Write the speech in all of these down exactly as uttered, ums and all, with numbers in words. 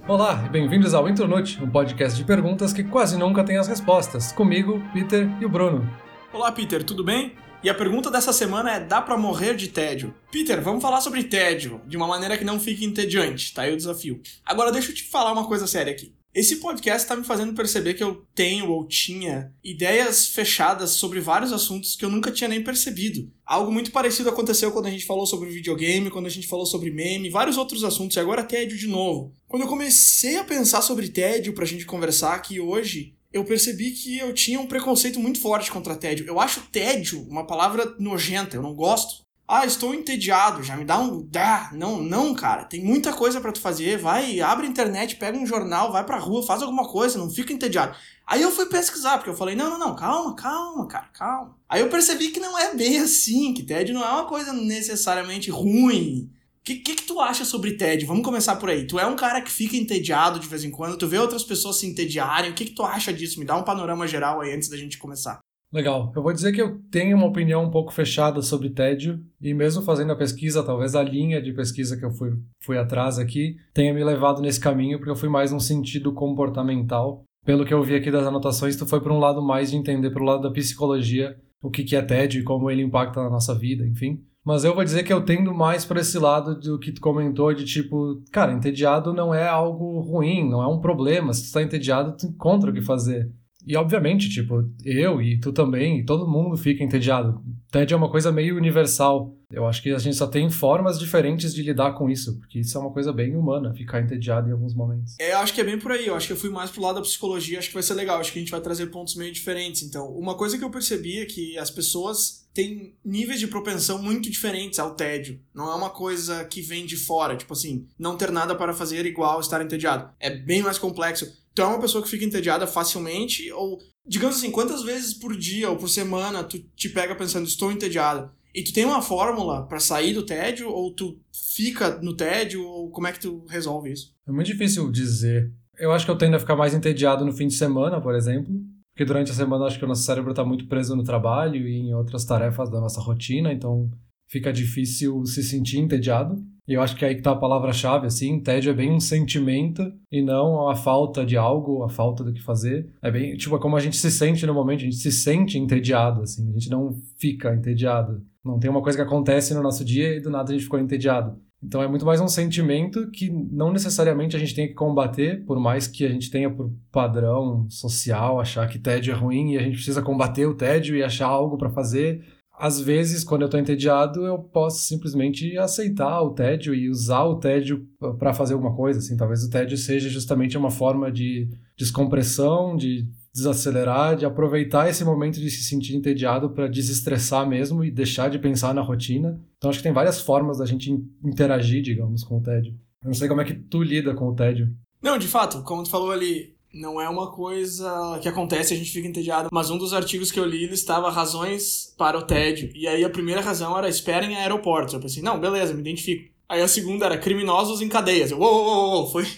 Olá e bem-vindos ao Intronute, um podcast de perguntas que quase nunca tem as respostas. Comigo, Peter e o Bruno. Olá, Peter, tudo bem? E a pergunta dessa semana é: dá pra morrer de tédio? Peter, vamos falar sobre tédio, de uma maneira que não fique entediante, tá aí o desafio. Agora deixa eu te falar uma coisa séria aqui. Esse podcast tá me fazendo perceber que eu tenho ou tinha ideias fechadas sobre vários assuntos que eu nunca tinha nem percebido. Algo muito parecido aconteceu quando a gente falou sobre videogame, quando a gente falou sobre meme, vários outros assuntos, e agora tédio de novo. Quando eu comecei a pensar sobre tédio pra gente conversar aqui hoje, eu percebi que eu tinha um preconceito muito forte contra tédio. Eu acho tédio uma palavra nojenta, eu não gosto. Ah, estou entediado, já me dá um... Ah, não, não, cara, tem muita coisa pra tu fazer, vai, abre a internet, pega um jornal, vai pra rua, faz alguma coisa, não fica entediado. Aí eu fui pesquisar, porque eu falei, não, não, não, calma, calma, cara, calma. Aí eu percebi que não é bem assim, que tédio não é uma coisa necessariamente ruim. O que, que que tu acha sobre tédio? Vamos começar por aí. Tu é um cara que fica entediado de vez em quando, tu vê outras pessoas se entediarem, o que que tu acha disso? Me dá um panorama geral aí antes da gente começar. Legal, eu vou dizer que eu tenho uma opinião um pouco fechada sobre tédio, e mesmo fazendo a pesquisa, talvez a linha de pesquisa que eu fui, fui atrás aqui, tenha me levado nesse caminho, porque eu fui mais num sentido comportamental. Pelo que eu vi aqui das anotações, tu foi para um lado mais de entender, para o lado da psicologia, o que que é tédio e como ele impacta na nossa vida, enfim. Mas eu vou dizer que eu tendo mais para esse lado do que tu comentou, de tipo, cara, entediado não é algo ruim, não é um problema. Se tu tá entediado, tu encontra o que fazer. E obviamente, tipo, eu e tu também, e todo mundo fica entediado. Tédio é uma coisa meio universal. Eu acho que a gente só tem formas diferentes de lidar com isso, porque isso é uma coisa bem humana, ficar entediado em alguns momentos. É, eu acho que é bem por aí, eu acho que eu fui mais pro lado da psicologia, acho que vai ser legal, acho que a gente vai trazer pontos meio diferentes. Então, uma coisa que eu percebi é que as pessoas têm níveis de propensão muito diferentes ao tédio. Não é uma coisa que vem de fora, tipo assim, não ter nada para fazer igual estar entediado. É bem mais complexo. Tu é uma pessoa que fica entediada facilmente ou, digamos assim, quantas vezes por dia ou por semana tu te pega pensando, estou entediado? E tu tem uma fórmula pra sair do tédio ou tu fica no tédio ou como é que tu resolve isso? É muito difícil dizer. Eu acho que eu tendo a ficar mais entediado no fim de semana, por exemplo, porque durante a semana eu acho que o nosso cérebro está muito preso no trabalho e em outras tarefas da nossa rotina, então fica difícil se sentir entediado. E eu acho que é aí que tá a palavra-chave, assim, tédio é bem um sentimento e não a falta de algo, a falta do que fazer. É bem, tipo, é como a gente se sente no momento, a gente se sente entediado, assim, a gente não fica entediado. Não tem uma coisa que acontece no nosso dia e do nada a gente ficou entediado. Então é muito mais um sentimento que não necessariamente a gente tem que combater, por mais que a gente tenha por padrão social achar que tédio é ruim e a gente precisa combater o tédio e achar algo pra fazer. Às vezes, quando eu tô entediado, eu posso simplesmente aceitar o tédio e usar o tédio para fazer alguma coisa, assim. Talvez o tédio seja justamente uma forma de descompressão, de desacelerar, de aproveitar esse momento de se sentir entediado para desestressar mesmo e deixar de pensar na rotina. Então, acho que tem várias formas da gente interagir, digamos, com o tédio. Eu não sei como é que tu lida com o tédio. Não, de fato, como tu falou ali, não é uma coisa que acontece e a gente fica entediado, mas um dos artigos que eu li listava razões para o tédio. E aí a primeira razão era espera em aeroportos. Eu pensei, não, beleza, me identifico. Aí a segunda era criminosos em cadeias. Eu, uou, uou, uou, foi...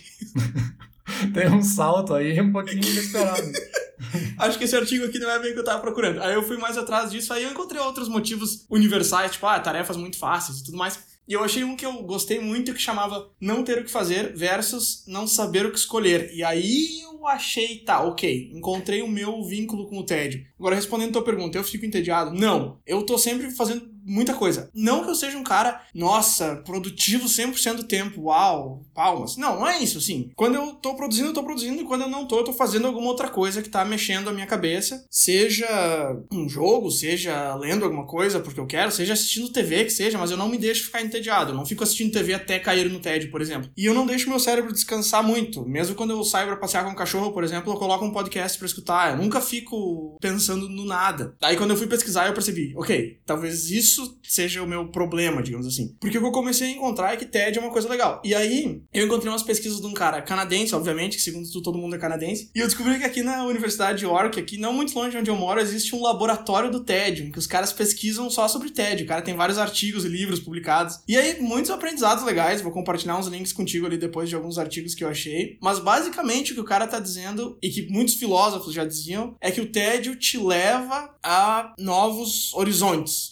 Tem um salto aí um pouquinho inesperado. Acho que esse artigo aqui não é bem o que eu tava procurando. Aí eu fui mais atrás disso, aí eu encontrei outros motivos universais, tipo, ah, tarefas muito fáceis e tudo mais. E eu achei um que eu gostei muito que chamava não ter o que fazer versus não saber o que escolher. E aí eu achei, tá, ok, encontrei o meu vínculo com o tédio. Agora, respondendo a tua pergunta, eu fico entediado? Não. Eu tô sempre fazendo muita coisa. Não que eu seja um cara, nossa, produtivo cem por cento do tempo, uau, palmas. Não, não é isso, assim. Quando eu tô produzindo, eu tô produzindo, e quando eu não tô, eu tô fazendo alguma outra coisa que tá mexendo a minha cabeça. Seja um jogo, seja lendo alguma coisa porque eu quero, seja assistindo T V, que seja, mas eu não me deixo ficar entediado. Eu não fico assistindo T V até cair no tédio, por exemplo. E eu não deixo meu cérebro descansar muito. Mesmo quando eu saio pra passear com um cachorro, por exemplo, eu coloco um podcast pra escutar. Eu nunca fico pensando no nada. Daí quando eu fui pesquisar, eu percebi, ok, talvez isso seja o meu problema, digamos assim. Porque o que eu comecei a encontrar é que tédio é uma coisa legal. E aí, eu encontrei umas pesquisas de um cara canadense, obviamente, que segundo tu, todo mundo é canadense. E eu descobri que aqui na Universidade de York, aqui não muito longe de onde eu moro, existe um laboratório do tédio, em que os caras pesquisam só sobre tédio. O cara tem vários artigos e livros publicados. E aí, muitos aprendizados legais. Vou compartilhar uns links contigo ali depois de alguns artigos que eu achei. Mas, basicamente, o que o cara tá dizendo, e que muitos filósofos já diziam, é que o tédio te leva a novos horizontes, digamos assim.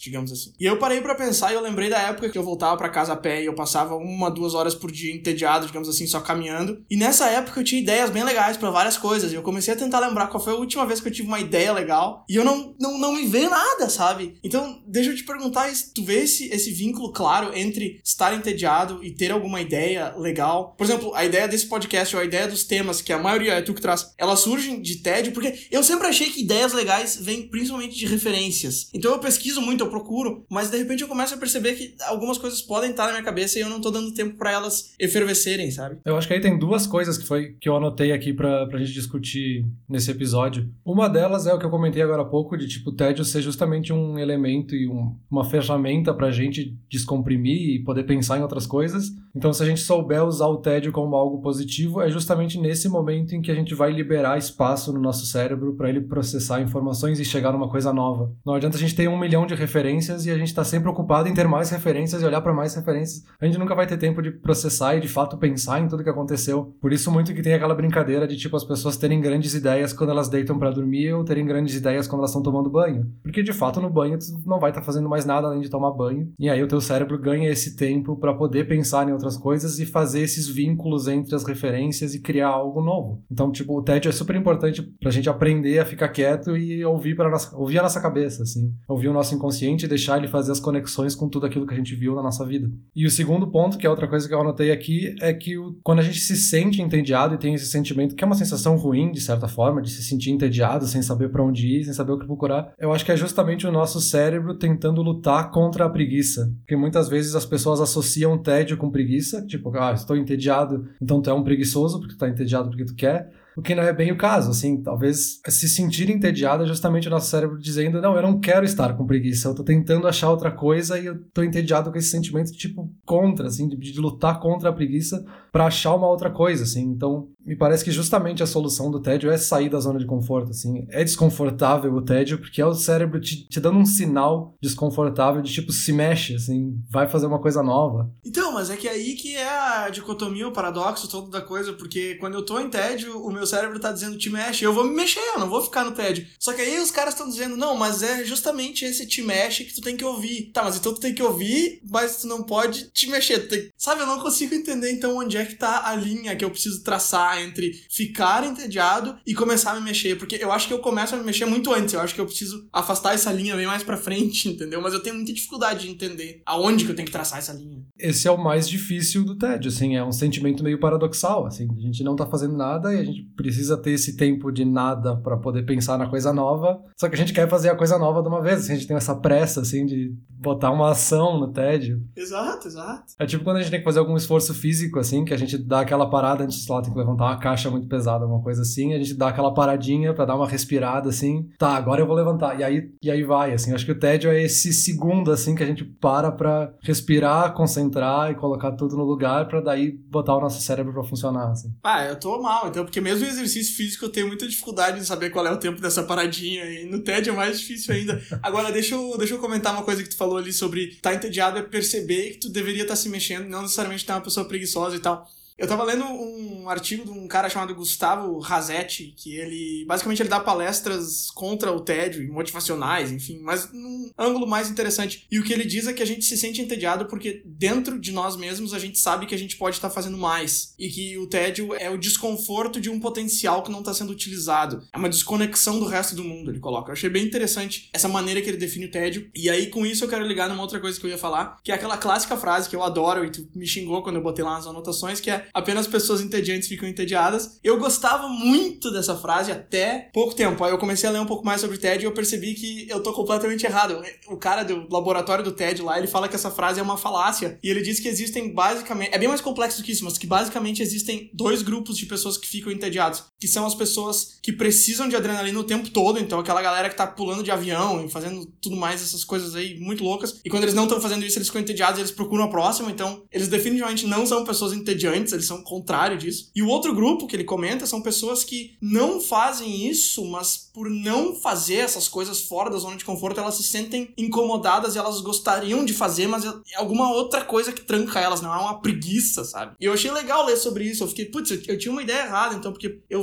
assim. E eu parei pra pensar e eu lembrei da época que eu voltava pra casa a pé e eu passava uma, duas horas por dia entediado, digamos assim, só caminhando. E nessa época eu tinha ideias bem legais pra várias coisas. E eu comecei a tentar lembrar qual foi a última vez que eu tive uma ideia legal. E eu não, não, não me veio nada, sabe? Então, deixa eu te perguntar, tu vê esse, esse vínculo claro entre estar entediado e ter alguma ideia legal? Por exemplo, a ideia desse podcast ou a ideia dos temas, que a maioria é tu que traz, elas surgem de tédio, porque eu sempre achei que ideias legais vêm principalmente de referências. Então eu pesquiso muito, eu procuro, mas de repente eu começo a perceber que algumas coisas podem estar na minha cabeça e eu não tô dando tempo pra elas efervescerem, sabe? Eu acho que aí tem duas coisas que, foi, que eu anotei aqui pra, pra gente discutir nesse episódio. Uma delas é o que eu comentei agora há pouco, de tipo, o tédio ser justamente um elemento e um, uma ferramenta pra gente descomprimir e poder pensar em outras coisas. Então, se a gente souber usar o tédio como algo positivo, é justamente nesse momento em que a gente vai liberar espaço no nosso cérebro para ele processar informações e chegar numa coisa nova. Não adianta a gente ter um milhão de referências e a gente tá sempre ocupado em ter mais referências e olhar para mais referências. A gente nunca vai ter tempo de processar e de fato pensar em tudo que aconteceu. Por isso muito que tem aquela brincadeira de tipo as pessoas terem grandes ideias quando elas deitam para dormir ou terem grandes ideias quando elas estão tomando banho. Porque de fato no banho tu não vai estar tá fazendo mais nada além de tomar banho. E aí o teu cérebro ganha esse tempo para poder pensar em outras coisas e fazer esses vínculos entre as referências e criar algo novo. Então, tipo, o tédio é super importante pra gente aprender a ficar quieto e ouvir, pra nossa, ouvir a nossa cabeça, assim. Ouvir o nosso inconsciente e deixar ele fazer as conexões com tudo aquilo que a gente viu na nossa vida. E o segundo ponto, que é outra coisa que eu anotei aqui, é que o, quando a gente se sente entediado e tem esse sentimento, que é uma sensação ruim, de certa forma, de se sentir entediado, sem saber pra onde ir, sem saber o que procurar, eu acho que é justamente o nosso cérebro tentando lutar contra a preguiça. Porque muitas vezes as pessoas associam tédio com preguiça, tipo, ah, estou entediado, então tu é um preguiçoso porque tu tá entediado porque tu quer, o que não é bem o caso, assim, talvez se sentir entediado é justamente o nosso cérebro dizendo, não, eu não quero estar com preguiça, eu tô tentando achar outra coisa e eu tô entediado com esse sentimento, tipo, contra, assim, de, de lutar contra a preguiça pra achar uma outra coisa, assim, então me parece que justamente a solução do tédio é sair da zona de conforto, assim, é desconfortável o tédio porque é o cérebro te, te dando um sinal desconfortável de tipo, se mexe, assim, vai fazer uma coisa nova. Então, mas é que aí que é a dicotomia, o paradoxo todo da coisa, porque quando eu tô em tédio, o meu cérebro tá dizendo te mexe, eu vou me mexer, eu não vou ficar no tédio. Só que aí os caras estão dizendo, não, mas é justamente esse te mexe que tu tem que ouvir. Tá, mas então tu tem que ouvir, mas tu não pode te mexer. Tu tem... Sabe, eu não consigo entender então onde é que tá a linha que eu preciso traçar entre ficar entediado e começar a me mexer, porque eu acho que eu começo a me mexer muito antes, eu acho que eu preciso afastar essa linha bem mais pra frente, entendeu? Mas eu tenho muita dificuldade de entender aonde que eu tenho que traçar essa linha. Esse é o mais difícil do tédio, assim, é um sentimento meio paradoxal, assim, a gente não tá fazendo nada e a gente precisa ter esse tempo de nada pra poder pensar na coisa nova, só que a gente quer fazer a coisa nova de uma vez, assim, a gente tem essa pressa, assim, de botar uma ação no tédio. Exato, exato. É tipo quando a gente tem que fazer algum esforço físico, assim, que a gente dá aquela parada antes, sei lá, tem que levantar uma caixa muito pesada, alguma coisa assim, a gente dá aquela paradinha pra dar uma respirada, assim, tá, agora eu vou levantar, e aí, e aí vai, assim, acho que o tédio é esse segundo, assim, que a gente para pra respirar, concentrar e colocar tudo no lugar pra daí botar o nosso cérebro pra funcionar, assim. Ah, eu tô mal, então, porque mesmo em exercício físico eu tenho muita dificuldade de saber qual é o tempo dessa paradinha, e no tédio é mais difícil ainda. Agora, deixa eu, deixa eu comentar uma coisa que tu falou ali sobre tá entediado, é perceber que tu deveria estar se mexendo, não necessariamente ter uma pessoa preguiçosa e tal. Eu tava lendo um artigo de um cara chamado Gustavo Rasetti, que ele, basicamente, ele dá palestras contra o tédio e motivacionais, enfim, mas num ângulo mais interessante. E o que ele diz é que a gente se sente entediado porque dentro de nós mesmos a gente sabe que a gente pode estar fazendo mais. E que o tédio é o desconforto de um potencial que não está sendo utilizado. É uma desconexão do resto do mundo, ele coloca. Eu achei bem interessante essa maneira que ele define o tédio. E aí, com isso, eu quero ligar numa outra coisa que eu ia falar, que é aquela clássica frase que eu adoro e tu me xingou quando eu botei lá nas anotações, que é apenas pessoas entediantes ficam entediadas. Eu gostava muito dessa frase até pouco tempo. Aí eu comecei a ler um pouco mais sobre tédio e eu percebi que eu tô completamente errado. O cara do laboratório do tédio lá, ele fala que essa frase é uma falácia. E ele diz que existem basicamente... É bem mais complexo do que isso, mas que basicamente existem dois grupos de pessoas que ficam entediados. Que são as pessoas que precisam de adrenalina o tempo todo. Então aquela galera que tá pulando de avião e fazendo tudo mais, essas coisas aí muito loucas. E quando eles não estão fazendo isso, eles ficam entediados e eles procuram a próxima. Então eles definitivamente não são pessoas entediantes, eles são contrário disso. E o outro grupo que ele comenta são pessoas que não fazem isso, mas por não fazer essas coisas fora da zona de conforto, elas se sentem incomodadas e elas gostariam de fazer, mas é alguma outra coisa que tranca elas, não é uma preguiça, sabe? E eu achei legal ler sobre isso, eu fiquei, putz, eu, eu tinha uma ideia errada, então, porque eu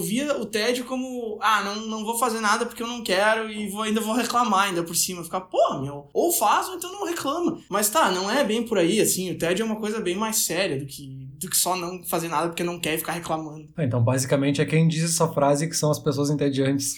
via o tédio como, ah, não, não vou fazer nada porque eu não quero e vou, ainda vou reclamar ainda por cima. Ficar, pô, meu, ou faz ou então não reclama. Mas tá, não é bem por aí, assim, o tédio é uma coisa bem mais séria do que, do que só não fazer nada porque não quer e ficar reclamando. Então, basicamente, é quem diz essa frase que são as pessoas entediantes.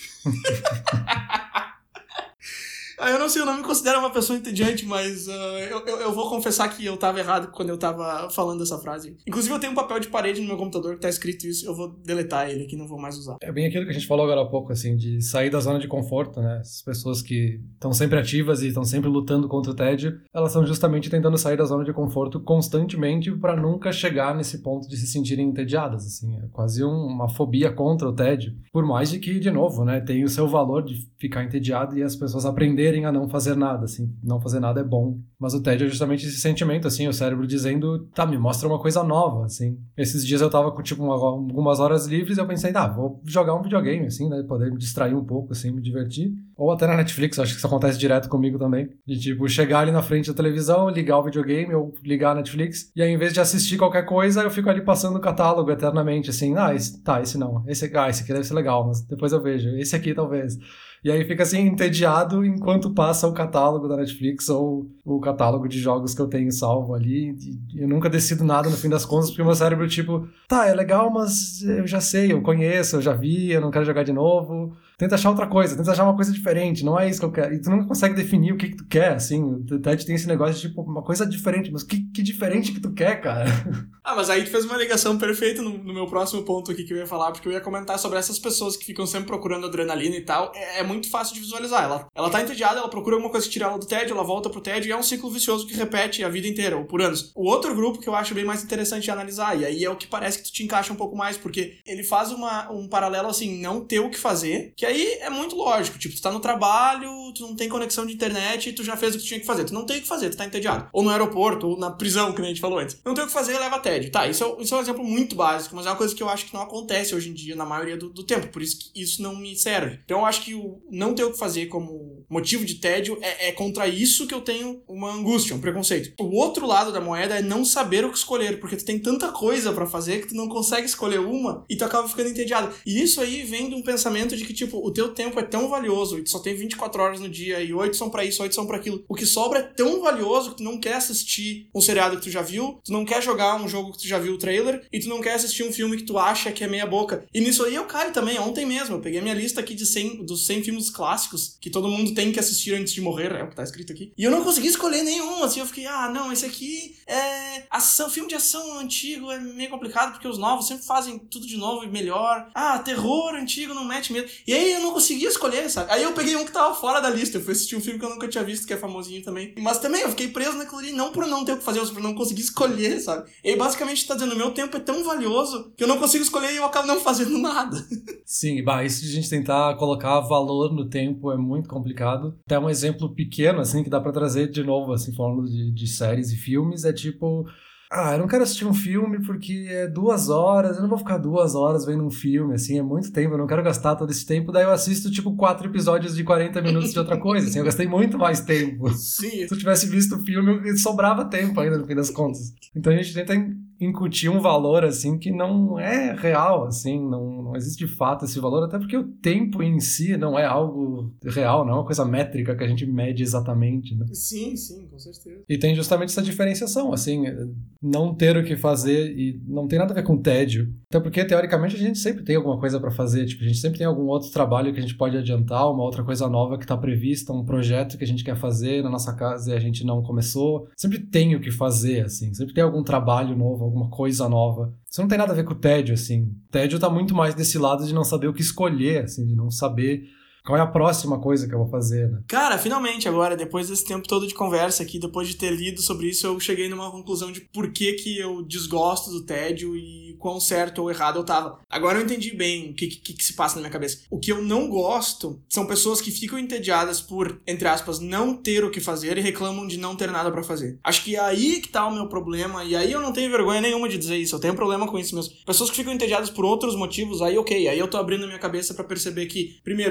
Ah, eu não sei, eu não me considero uma pessoa entediante, mas uh, eu, eu, eu vou confessar que eu tava errado quando eu tava falando essa frase. Inclusive, eu tenho um papel de parede no meu computador que tá escrito isso, eu vou deletar ele aqui, não vou mais usar. É bem aquilo que a gente falou agora há pouco, assim, de sair da zona de conforto, né? As pessoas que estão sempre ativas e estão sempre lutando contra o tédio, elas estão justamente tentando sair da zona de conforto constantemente para nunca chegar nesse ponto de se sentirem entediadas, assim. É quase um, uma fobia contra o tédio. Por mais de que, de novo, né, tem o seu valor de ficar entediado e as pessoas aprenderem a não fazer nada, assim. Não fazer nada é bom. Mas o tédio é justamente esse sentimento, assim, o cérebro dizendo, tá, me mostra uma coisa nova, assim. Esses dias eu tava com, tipo, uma, algumas horas livres e eu pensei, tá, vou jogar um videogame, assim, né, poder me distrair um pouco, assim, me divertir. Ou até na Netflix, acho que isso acontece direto comigo também. De, tipo, chegar ali na frente da televisão, ligar o videogame ou ligar a Netflix, e aí, em vez de assistir qualquer coisa, eu fico ali passando o catálogo eternamente, assim, ah, esse, tá, esse não. Esse, ah, esse aqui deve ser legal, mas depois eu vejo. Esse aqui, talvez. E aí fica assim, entediado enquanto passa o catálogo da Netflix ou o catálogo de jogos que eu tenho salvo ali. E eu nunca decido nada no fim das contas, porque o meu cérebro, tipo, tá, é legal, mas eu já sei, eu conheço, eu já vi, eu não quero jogar de novo. Tenta achar outra coisa, tenta achar uma coisa diferente, não é isso que eu quero. E tu nunca consegue definir o que que tu quer, assim. O TED tem esse negócio de, tipo, uma coisa diferente, mas que, que diferente que tu quer, cara? Ah, mas aí tu fez uma ligação perfeita no, no meu próximo ponto aqui que eu ia falar, porque eu ia comentar sobre essas pessoas que ficam sempre procurando adrenalina e tal. É, é muito fácil de visualizar. Ela, ela tá entediada, ela procura alguma coisa que tira ela do tédio, ela volta pro tédio e é um ciclo vicioso que repete a vida inteira, ou por anos. O outro grupo que eu acho bem mais interessante de analisar, e aí é o que parece que tu te encaixa um pouco mais, porque ele faz uma, um paralelo assim, não ter o que fazer, que aí é muito lógico. Tipo, tu tá no trabalho, tu não tem conexão de internet e tu já fez o que tu tinha que fazer. Tu não tem o que fazer, tu tá entediado. Ou no aeroporto, ou na prisão, que nem a gente falou antes. Não tem o que fazer, leva tédio. Tá, isso é, isso é um exemplo muito básico, mas é uma coisa que eu acho que não acontece hoje em dia, na maioria do, do tempo. Por isso que isso não me serve. Então eu acho que o não ter o que fazer como motivo de tédio é, é contra isso que eu tenho uma angústia, um preconceito. O outro lado da moeda é não saber o que escolher, porque tu tem tanta coisa pra fazer que tu não consegue escolher uma e tu acaba ficando entediado. E isso aí vem de um pensamento de que, tipo, o teu tempo é tão valioso e tu só tem vinte e quatro horas no dia e oito são pra isso, oito são pra aquilo. O que sobra é tão valioso que tu não quer assistir um seriado que tu já viu, tu não quer jogar um jogo que tu já viu o trailer e tu não quer assistir um filme que tu acha que é meia boca. E nisso aí eu caio também. Ontem mesmo eu peguei minha lista aqui de cem, dos cem filmes clássicos que todo mundo tem que assistir antes de morrer, é o que tá escrito aqui. E eu não consegui escolher nenhum, assim, eu fiquei, ah, não, esse aqui é ação, filme de ação antigo é meio complicado porque os novos sempre fazem tudo de novo e melhor. Ah, terror antigo não mete medo. E aí eu não conseguia escolher, sabe? Aí eu peguei um que tava fora da lista, eu fui assistir um filme que eu nunca tinha visto, que é famosinho também. Mas também eu fiquei preso naquilo ali, não por não ter o que fazer, mas por não conseguir escolher, sabe? E aí basicamente tá dizendo, meu tempo é tão valioso que eu não consigo escolher e eu acabo não fazendo nada. Sim, bah, isso de a gente tentar colocar valor no tempo é muito complicado. Até um exemplo pequeno, assim, que dá pra trazer de novo, assim, falando de, de séries e filmes, é tipo... Ah, eu não quero assistir um filme porque é duas horas, eu não vou ficar duas horas vendo um filme, assim, é muito tempo, eu não quero gastar todo esse tempo, daí eu assisto, tipo, quatro episódios de quarenta minutos de outra coisa, assim, eu gastei muito mais tempo. Sim. Se eu tivesse visto o filme, sobrava tempo ainda, no fim das contas. Então a gente tenta incutir um valor, assim, que não é real, assim, não, não existe de fato esse valor, até porque o tempo em si não é algo real, não é uma coisa métrica que a gente mede exatamente, né? Sim, sim, com certeza. E tem justamente essa diferenciação, assim, não ter o que fazer e não tem nada a ver com tédio. Até porque, teoricamente, a gente sempre tem alguma coisa pra fazer, tipo, a gente sempre tem algum outro trabalho que a gente pode adiantar, uma outra coisa nova que tá prevista, um projeto que a gente quer fazer na nossa casa e a gente não começou. Sempre tem o que fazer, assim, sempre tem algum trabalho novo, alguma coisa nova. Isso não tem nada a ver com o tédio, assim. O tédio tá muito mais desse lado de não saber o que escolher, assim, de não saber qual é a próxima coisa que eu vou fazer, né? Cara, finalmente agora, depois desse tempo todo de conversa aqui, depois de ter lido sobre isso, eu cheguei numa conclusão de por que que eu desgosto do tédio e quão certo ou errado eu tava. Agora eu entendi bem o que, que, que se passa na minha cabeça. O que eu não gosto são pessoas que ficam entediadas por, entre aspas, não ter o que fazer e reclamam de não ter nada pra fazer. Acho que é aí que tá o meu problema, e aí eu não tenho vergonha nenhuma de dizer isso, eu tenho problema com isso mesmo. Pessoas que ficam entediadas por outros motivos, aí ok, aí eu tô abrindo a minha cabeça pra perceber que, primeiro, pode nem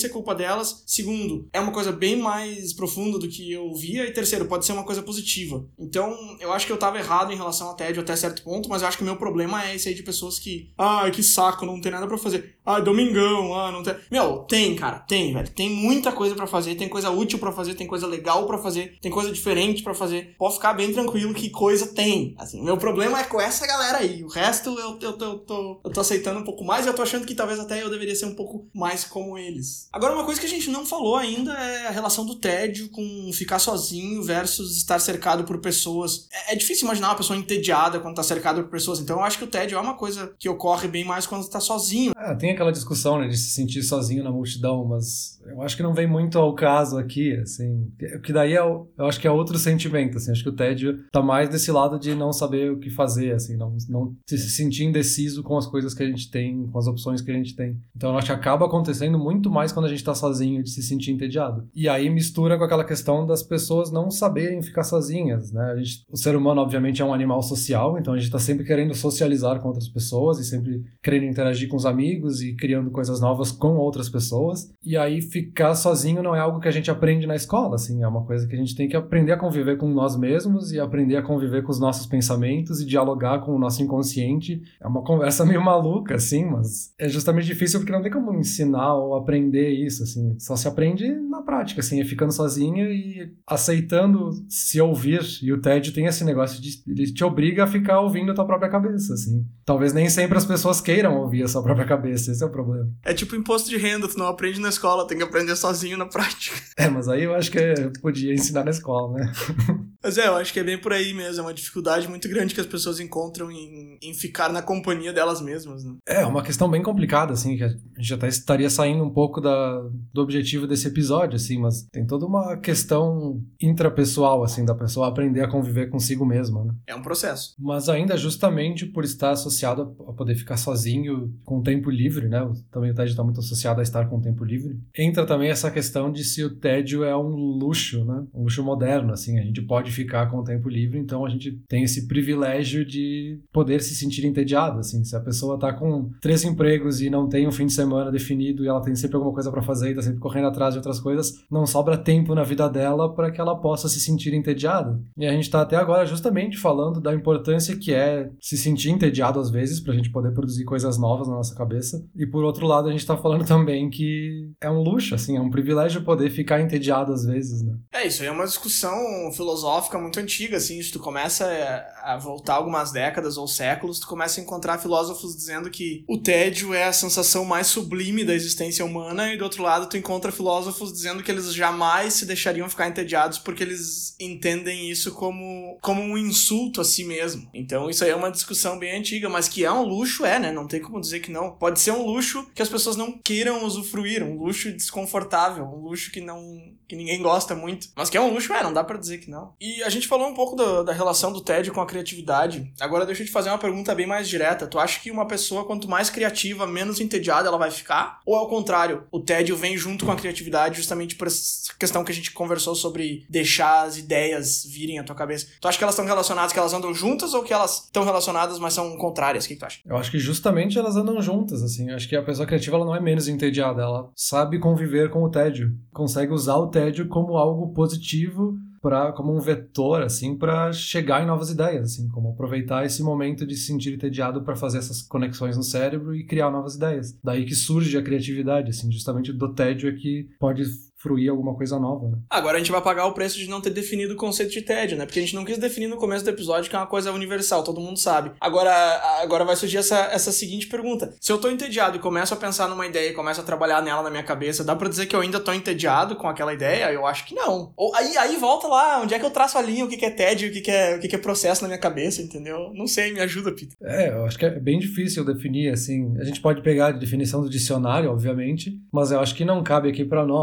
ser culpa delas. Segundo, é uma coisa bem mais profunda do que eu via. E terceiro, pode ser uma coisa positiva. Então, eu acho que eu tava errado em relação ao tédio até certo ponto, mas eu acho que o meu problema é esse aí de pessoas que, ah, que saco, não tem nada pra fazer. Ah, domingão, ah, não tem... Meu, tem, cara, tem, velho. Tem muita coisa pra fazer, tem coisa útil pra fazer, tem coisa legal pra fazer, tem coisa diferente pra fazer. Pode ficar bem tranquilo que coisa tem. Assim, meu problema é com essa galera aí. O resto eu, eu, eu, eu, tô, eu tô aceitando um pouco mais e eu tô achando que talvez até eu deveria ser um pouco mais como eles. Agora, uma coisa que a gente não falou ainda é a relação do tédio com ficar sozinho versus estar cercado por pessoas. É, é difícil imaginar uma pessoa entediada quando tá cercado por pessoas. Então eu acho que o tédio é uma coisa que ocorre bem mais quando tá sozinho. É, tem aquela discussão, né, de se sentir sozinho na multidão, mas eu acho que não vem muito ao caso aqui, assim. O que daí é, eu acho que é outro sentimento, assim. Acho que o tédio tá mais desse lado de não saber o que fazer, assim, não, não se sentir indeciso com as coisas que a gente tem, com as opções que a gente tem. Então eu acho que acaba acontecendo muito mais quando a gente tá sozinho, de se sentir entediado. E aí mistura com aquela questão das pessoas não saberem ficar sozinhas, né? A gente, o ser humano, obviamente, é um animal social, então a gente tá sempre querendo socializar com outras pessoas e sempre querendo interagir com os amigos e criando coisas novas com outras pessoas. E aí ficar sozinho não é algo que a gente aprende na escola, assim, é uma coisa que a gente tem que aprender a conviver com nós mesmos e aprender a conviver com os nossos pensamentos e dialogar com o nosso inconsciente. É uma conversa meio maluca, assim, mas é justamente difícil porque não tem como ensinar ou aprender isso, assim, só se aprende na prática, assim, é ficando sozinho e aceitando se ouvir. E o tédio tem esse negócio de ele te obriga a ficar ouvindo a tua própria cabeça, assim. Talvez nem sempre as pessoas queiram ouvir a sua própria cabeça, esse é o problema. É tipo imposto de renda, tu não aprende na escola, tem que aprender sozinho na prática. É, mas aí eu acho que eu podia ensinar na escola, né? Mas é, eu acho que é bem por aí mesmo, é uma dificuldade muito grande que as pessoas encontram em, em ficar na companhia delas mesmas, né? É, uma questão bem complicada, assim, que a gente até estaria saindo um pouco da, do objetivo desse episódio, assim, mas tem toda uma questão intrapessoal, assim, da pessoa aprender a conviver consigo mesma, né? É um processo. Mas ainda justamente por estar associado a poder ficar sozinho com tempo livre, né? Também o tédio está muito associado a estar com tempo livre. Entra também essa questão de se o tédio é um luxo, né? Um luxo moderno, assim, a gente pode ficar com o tempo livre, então a gente tem esse privilégio de poder se sentir entediado, assim, se a pessoa tá com três empregos e não tem um fim de semana definido e ela tem sempre alguma coisa para fazer e tá sempre correndo atrás de outras coisas, não sobra tempo na vida dela para que ela possa se sentir entediada. E a gente tá até agora justamente falando da importância que é se sentir entediado às vezes pra gente poder produzir coisas novas na nossa cabeça, e por outro lado a gente tá falando também que é um luxo, assim, é um privilégio poder ficar entediado às vezes, né? É, isso aí é uma discussão filosófica muito antiga, assim, se tu começa a voltar algumas décadas ou séculos, tu começa a encontrar filósofos dizendo que o tédio é a sensação mais sublime da existência humana, e do outro lado tu encontra filósofos dizendo que eles jamais se deixariam ficar entediados porque eles entendem isso como, como um insulto a si mesmo. Então isso aí é uma discussão bem antiga, mas que é um luxo, é, né? Não tem como dizer que não. Pode ser um luxo que as pessoas não queiram usufruir, um luxo desconfortável, um luxo que não que ninguém gosta muito, mas que é um luxo, é, não dá pra dizer que não. E a gente falou um pouco do, da relação do tédio com a criatividade. Agora deixa eu te fazer uma pergunta bem mais direta. Tu acha que uma pessoa, quanto mais criativa, menos entediada ela vai ficar? Ou ao contrário, o tédio vem junto com a criatividade justamente por essa questão que a gente conversou sobre deixar as ideias virem à tua cabeça? Tu acha que elas estão relacionadas, que elas andam juntas, ou que elas estão relacionadas, mas são contrárias? O que, que tu acha? Eu acho que justamente elas andam juntas, assim. Eu acho que a pessoa criativa ela não é menos entediada, ela sabe conviver com o tédio, consegue usar o tédio como algo positivo, pra, como um vetor, assim, para chegar em novas ideias, assim, como aproveitar esse momento de se sentir entediado para fazer essas conexões no cérebro e criar novas ideias. Daí que surge a criatividade, assim, justamente do tédio é que pode fruir alguma coisa nova, né? Agora a gente vai pagar o preço de não ter definido o conceito de tédio, né? Porque a gente não quis definir no começo do episódio que é uma coisa universal, todo mundo sabe. Agora, agora vai surgir essa, essa seguinte pergunta. Se eu tô entediado e começo a pensar numa ideia e começo a trabalhar nela na minha cabeça, dá pra dizer que eu ainda tô entediado com aquela ideia? Eu acho que não. Ou, aí, aí volta lá, onde é que eu traço a linha, o que, que é tédio, o que, que, é, o que, que é processo na minha cabeça, entendeu? Não sei, me ajuda, Peter. É, eu acho que é bem difícil definir, assim. A gente pode pegar a definição do dicionário, obviamente, mas eu acho que não cabe aqui pra nós, assim.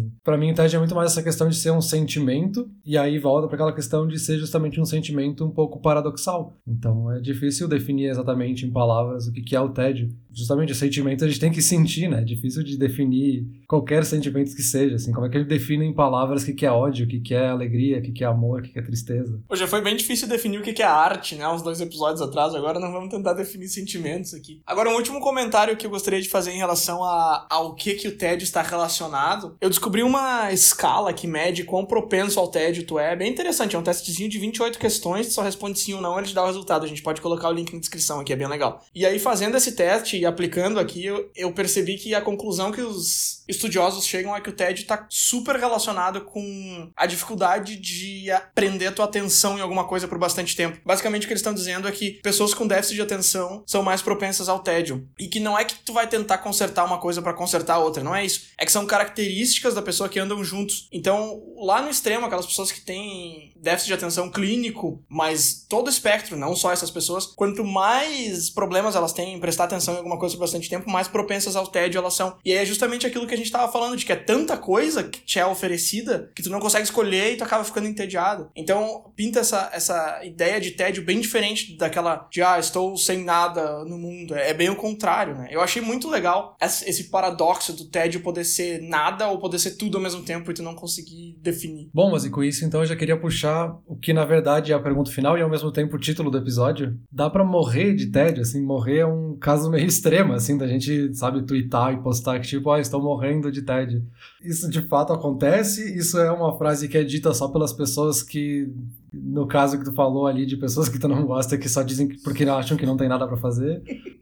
assim. Pra mim, o tédio é muito mais essa questão de ser um sentimento, e aí volta pra aquela questão de ser justamente um sentimento um pouco paradoxal. Então, é difícil definir exatamente em palavras o que é o tédio. Justamente o sentimento a gente tem que sentir, né? É difícil de definir qualquer sentimento que seja, assim. Como é que a gente define em palavras o que é ódio, o que é alegria, o que é amor, o que é tristeza? Pô, já foi bem difícil definir o que é arte, né? Uns dois episódios atrás, agora nós vamos tentar definir sentimentos aqui. Agora, um último comentário que eu gostaria de fazer em relação a, ao que, que o tédio está relacionado. Eu descobri uma escala que mede quão propenso ao tédio tu é. Bem interessante, é um testezinho de vinte e oito questões, tu só responde sim ou não, ele te dá o resultado. A gente pode colocar o link na descrição aqui, é bem legal. E aí, fazendo esse teste e aplicando aqui, eu, eu percebi que a conclusão que os estudiosos chegam é que o tédio está super relacionado com a dificuldade de prender a tua atenção em alguma coisa por bastante tempo. Basicamente, o que eles estão dizendo é que pessoas com déficit de atenção são mais propensas ao tédio. E que não é que tu vai tentar consertar uma coisa pra consertar a outra, não é isso. É que são características da pessoa que andam juntos. Então, lá no extremo, aquelas pessoas que têm déficit de atenção clínico, mas todo o espectro, não só essas pessoas, quanto mais problemas elas têm em prestar atenção em alguma coisa por bastante tempo, mais propensas ao tédio elas são. E aí é justamente aquilo que a gente tava falando, de que é tanta coisa que te é oferecida que tu não consegue escolher e tu acaba ficando entediado. Então, pinta essa, essa ideia de tédio bem diferente daquela de, ah, estou sem nada no mundo. É bem o contrário, né? Eu achei muito legal esse paradoxo do tédio poder ser nada ou poder ser tudo ao mesmo tempo e tu não conseguir definir. Bom, mas e com isso, então, eu já queria puxar o que, na verdade, é a pergunta final e, ao mesmo tempo, o título do episódio. Dá pra morrer de tédio? Assim, morrer é um caso meio extremo, assim, da gente, sabe, twittar e postar que, tipo, ah, estou morrendo de tédio. Isso, de fato, acontece? Isso é uma frase que é dita só pelas pessoas que, no caso que tu falou ali, de pessoas que tu não gosta, que só dizem que porque acham que não tem nada pra fazer?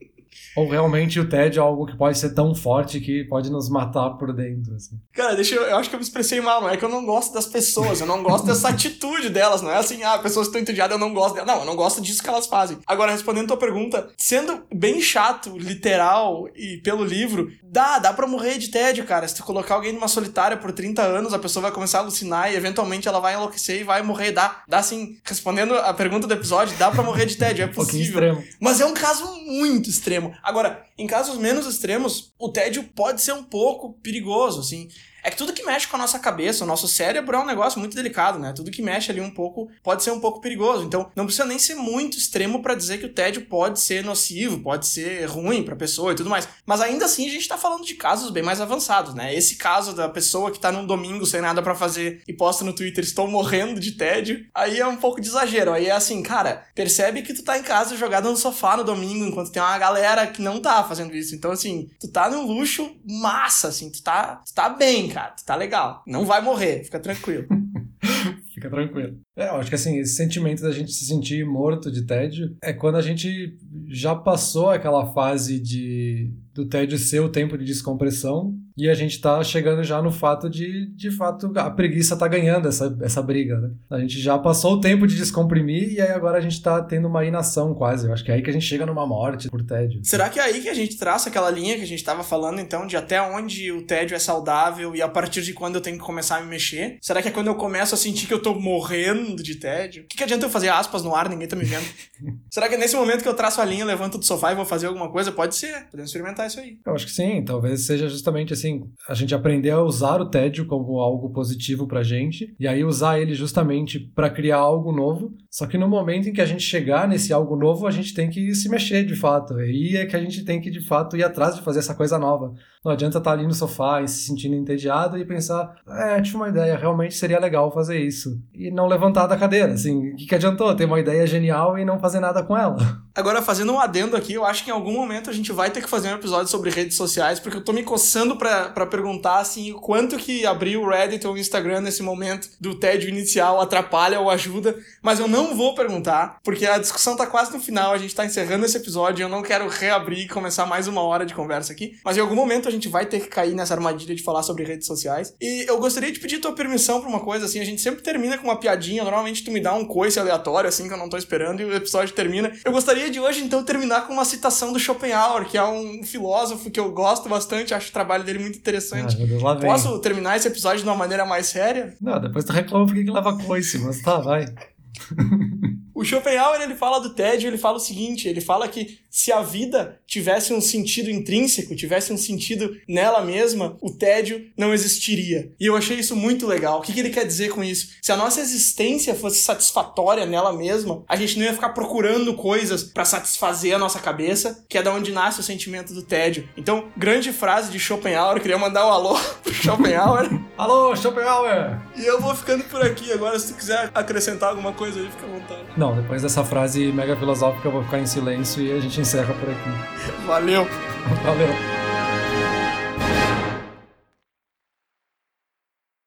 Ou realmente o tédio é algo que pode ser tão forte que pode nos matar por dentro, assim? Cara, deixa eu... Eu acho que eu me expressei mal. Não é que eu não gosto das pessoas. Eu não gosto dessa atitude delas. Não é assim, ah, pessoas que estão entediadas, eu não gosto delas. Não, eu não gosto disso que elas fazem. Agora, respondendo tua pergunta, sendo bem chato, literal e pelo livro, dá, dá pra morrer de tédio, cara. Se tu colocar alguém numa solitária por trinta anos, a pessoa vai começar a alucinar e eventualmente ela vai enlouquecer e vai morrer. Dá, dá sim. Respondendo a pergunta do episódio, dá pra morrer de tédio. É possível. Um pouquinho extremo. Mas é um caso muito extremo. Agora, em casos menos extremos, o tédio pode ser um pouco perigoso, assim. É que tudo que mexe com a nossa cabeça, o nosso cérebro é um negócio muito delicado, né? Tudo que mexe ali um pouco pode ser um pouco perigoso. Então, não precisa nem ser muito extremo pra dizer que o tédio pode ser nocivo, pode ser ruim pra pessoa e tudo mais. Mas ainda assim, a gente tá falando de casos bem mais avançados, né? Esse caso da pessoa que tá num domingo sem nada pra fazer e posta no Twitter, estou morrendo de tédio, aí é um pouco de exagero. Aí é assim, cara, percebe que tu tá em casa jogado no sofá no domingo, enquanto tem uma galera que não tá fazendo isso. Então, assim, tu tá num luxo massa, assim, tu tá, tu tá bem, cara, tu tá legal. Não vai morrer, fica tranquilo. Fica tranquilo. É, eu acho que assim, esse sentimento da gente se sentir morto de tédio é quando a gente já passou aquela fase de do tédio ser o tempo de descompressão e a gente tá chegando já no fato de, de fato, a preguiça tá ganhando essa, essa briga, né? A gente já passou o tempo de descomprimir e aí agora a gente tá tendo uma inação quase. Eu acho que é aí que a gente chega numa morte por tédio. Será que é aí que a gente traça aquela linha que a gente tava falando, então, de até onde o tédio é saudável e a partir de quando eu tenho que começar a me mexer? Será que é quando eu começo a sentir que eu tô morrendo de tédio? O que, que adianta eu fazer aspas no ar, ninguém tá me vendo? Será que é nesse momento que eu traço a linha, levanto do sofá e vou fazer alguma coisa? Pode ser, podemos experimentar isso aí. Eu acho que sim, talvez seja justamente assim, a gente aprender a usar o tédio como algo positivo pra gente, e aí usar ele justamente pra criar algo novo, só que no momento em que a gente chegar nesse algo novo, a gente tem que se mexer de fato, aí é que a gente tem que de fato ir atrás de fazer essa coisa nova. Não adianta estar ali no sofá e se sentindo entediado e pensar, é, tive uma ideia, realmente seria legal fazer isso. E não levantar da cadeira, assim, o que, que adiantou? Ter uma ideia genial e não fazer nada com ela. Agora, fazendo um adendo aqui, eu acho que em algum momento a gente vai ter que fazer um episódio sobre redes sociais, porque eu tô me coçando pra, pra perguntar, assim, o quanto que abrir o Reddit ou o Instagram nesse momento do tédio inicial atrapalha ou ajuda, mas eu não vou perguntar, porque a discussão tá quase no final, a gente tá encerrando esse episódio, eu não quero reabrir e começar mais uma hora de conversa aqui, mas em algum momento a gente vai ter que cair nessa armadilha de falar sobre redes sociais, e eu gostaria de pedir tua permissão pra uma coisa, assim, a gente sempre termina com uma piadinha, normalmente tu me dá um coice aleatório, assim, que eu não tô esperando, e o episódio termina. Eu gostaria de hoje, então, terminar com uma citação do Schopenhauer, que é um filósofo que eu gosto bastante, acho o trabalho dele muito interessante. Ah, meu Deus, lá vem. Posso terminar esse episódio de uma maneira mais séria? Não, depois tu reclama porque que leva coice, mas tá, vai. O Schopenhauer, ele fala do tédio, ele fala o seguinte, ele fala que se a vida tivesse um sentido intrínseco, tivesse um sentido nela mesma, o tédio não existiria. E eu achei isso muito legal. O que, que ele quer dizer com isso? Se a nossa existência fosse satisfatória nela mesma, a gente não ia ficar procurando coisas pra satisfazer a nossa cabeça, que é da onde nasce o sentimento do tédio. Então, grande frase de Schopenhauer, queria mandar um alô pro Schopenhauer. Alô, Schopenhauer! E eu vou ficando por aqui agora, se tu quiser acrescentar alguma coisa aí, fica à vontade. Não, depois dessa frase mega filosófica eu vou ficar em silêncio e a gente encerra por aqui. Valeu! Valeu!